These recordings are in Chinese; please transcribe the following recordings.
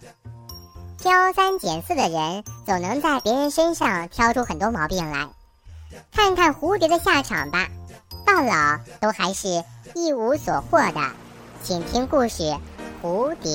挑三拣四的人总能在别人身上挑出很多毛病来，看看蝴蝶的下场吧，到老都还是一无所获的。请听故事《蝴蝶》。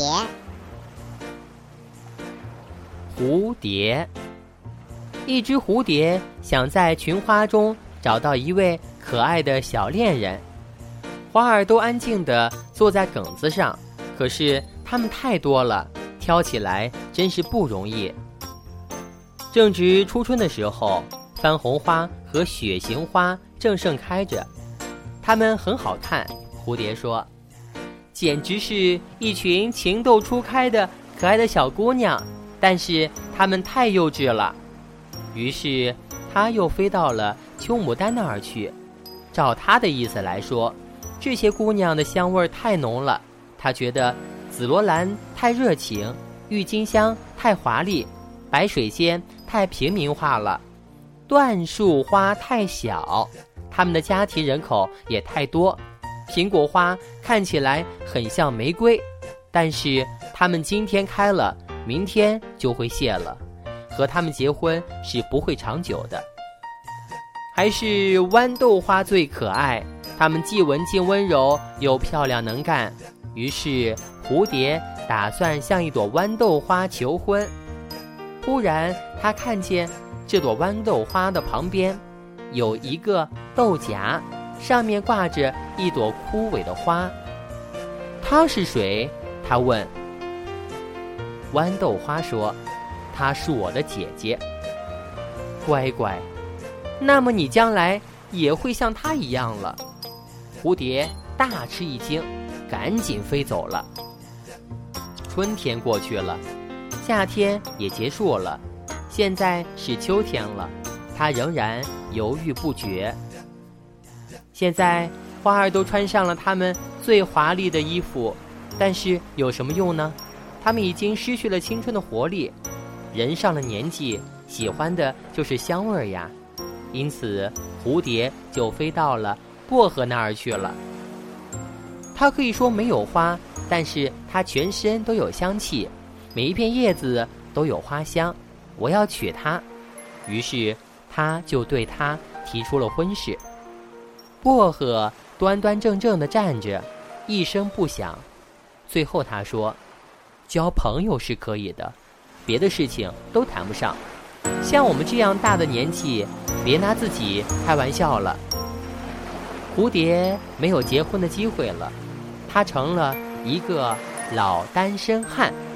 蝴蝶，一只蝴蝶想在群花中找到一位可爱的小恋人。花儿都安静地坐在梗子上，可是它们太多了，挑起来真是不容易。正值初春的时候，番红花和雪形花正盛开着，它们很好看。蝴蝶说，简直是一群情窦初开的可爱的小姑娘，但是她们太幼稚了。于是它又飞到了秋牡丹那儿去。照它的意思来说，这些姑娘的香味太浓了，她觉得紫罗兰太热情，郁金香太华丽，白水仙太平民化了，椴树花太小，他们的家庭人口也太多。苹果花看起来很像玫瑰，但是它们今天开了，明天就会谢了，和他们结婚是不会长久的。还是豌豆花最可爱，它们既文静温柔又漂亮能干。于是蝴蝶打算向一朵豌豆花求婚。忽然他看见这朵豌豆花的旁边有一个豆荚，上面挂着一朵枯萎的花。她是谁？他问。豌豆花说，她是我的姐姐。乖乖，那么你将来也会像她一样了。蝴蝶大吃一惊，赶紧飞走了。春天过去了，夏天也结束了，现在是秋天了，它仍然犹豫不决。现在花儿都穿上了它们最华丽的衣服，但是有什么用呢？它们已经失去了青春的活力。人上了年纪，喜欢的就是香味呀。因此蝴蝶就飞到了薄荷那儿去了。它可以说没有花，但是它全身都有香气，每一片叶子都有花香。我要娶她。于是他就对她提出了婚事。薄荷端端正正地站着，一声不响。最后他说，交朋友是可以的，别的事情都谈不上。像我们这样大的年纪，别拿自己开玩笑了。蝴蝶没有结婚的机会了，他成了一个老单身汉。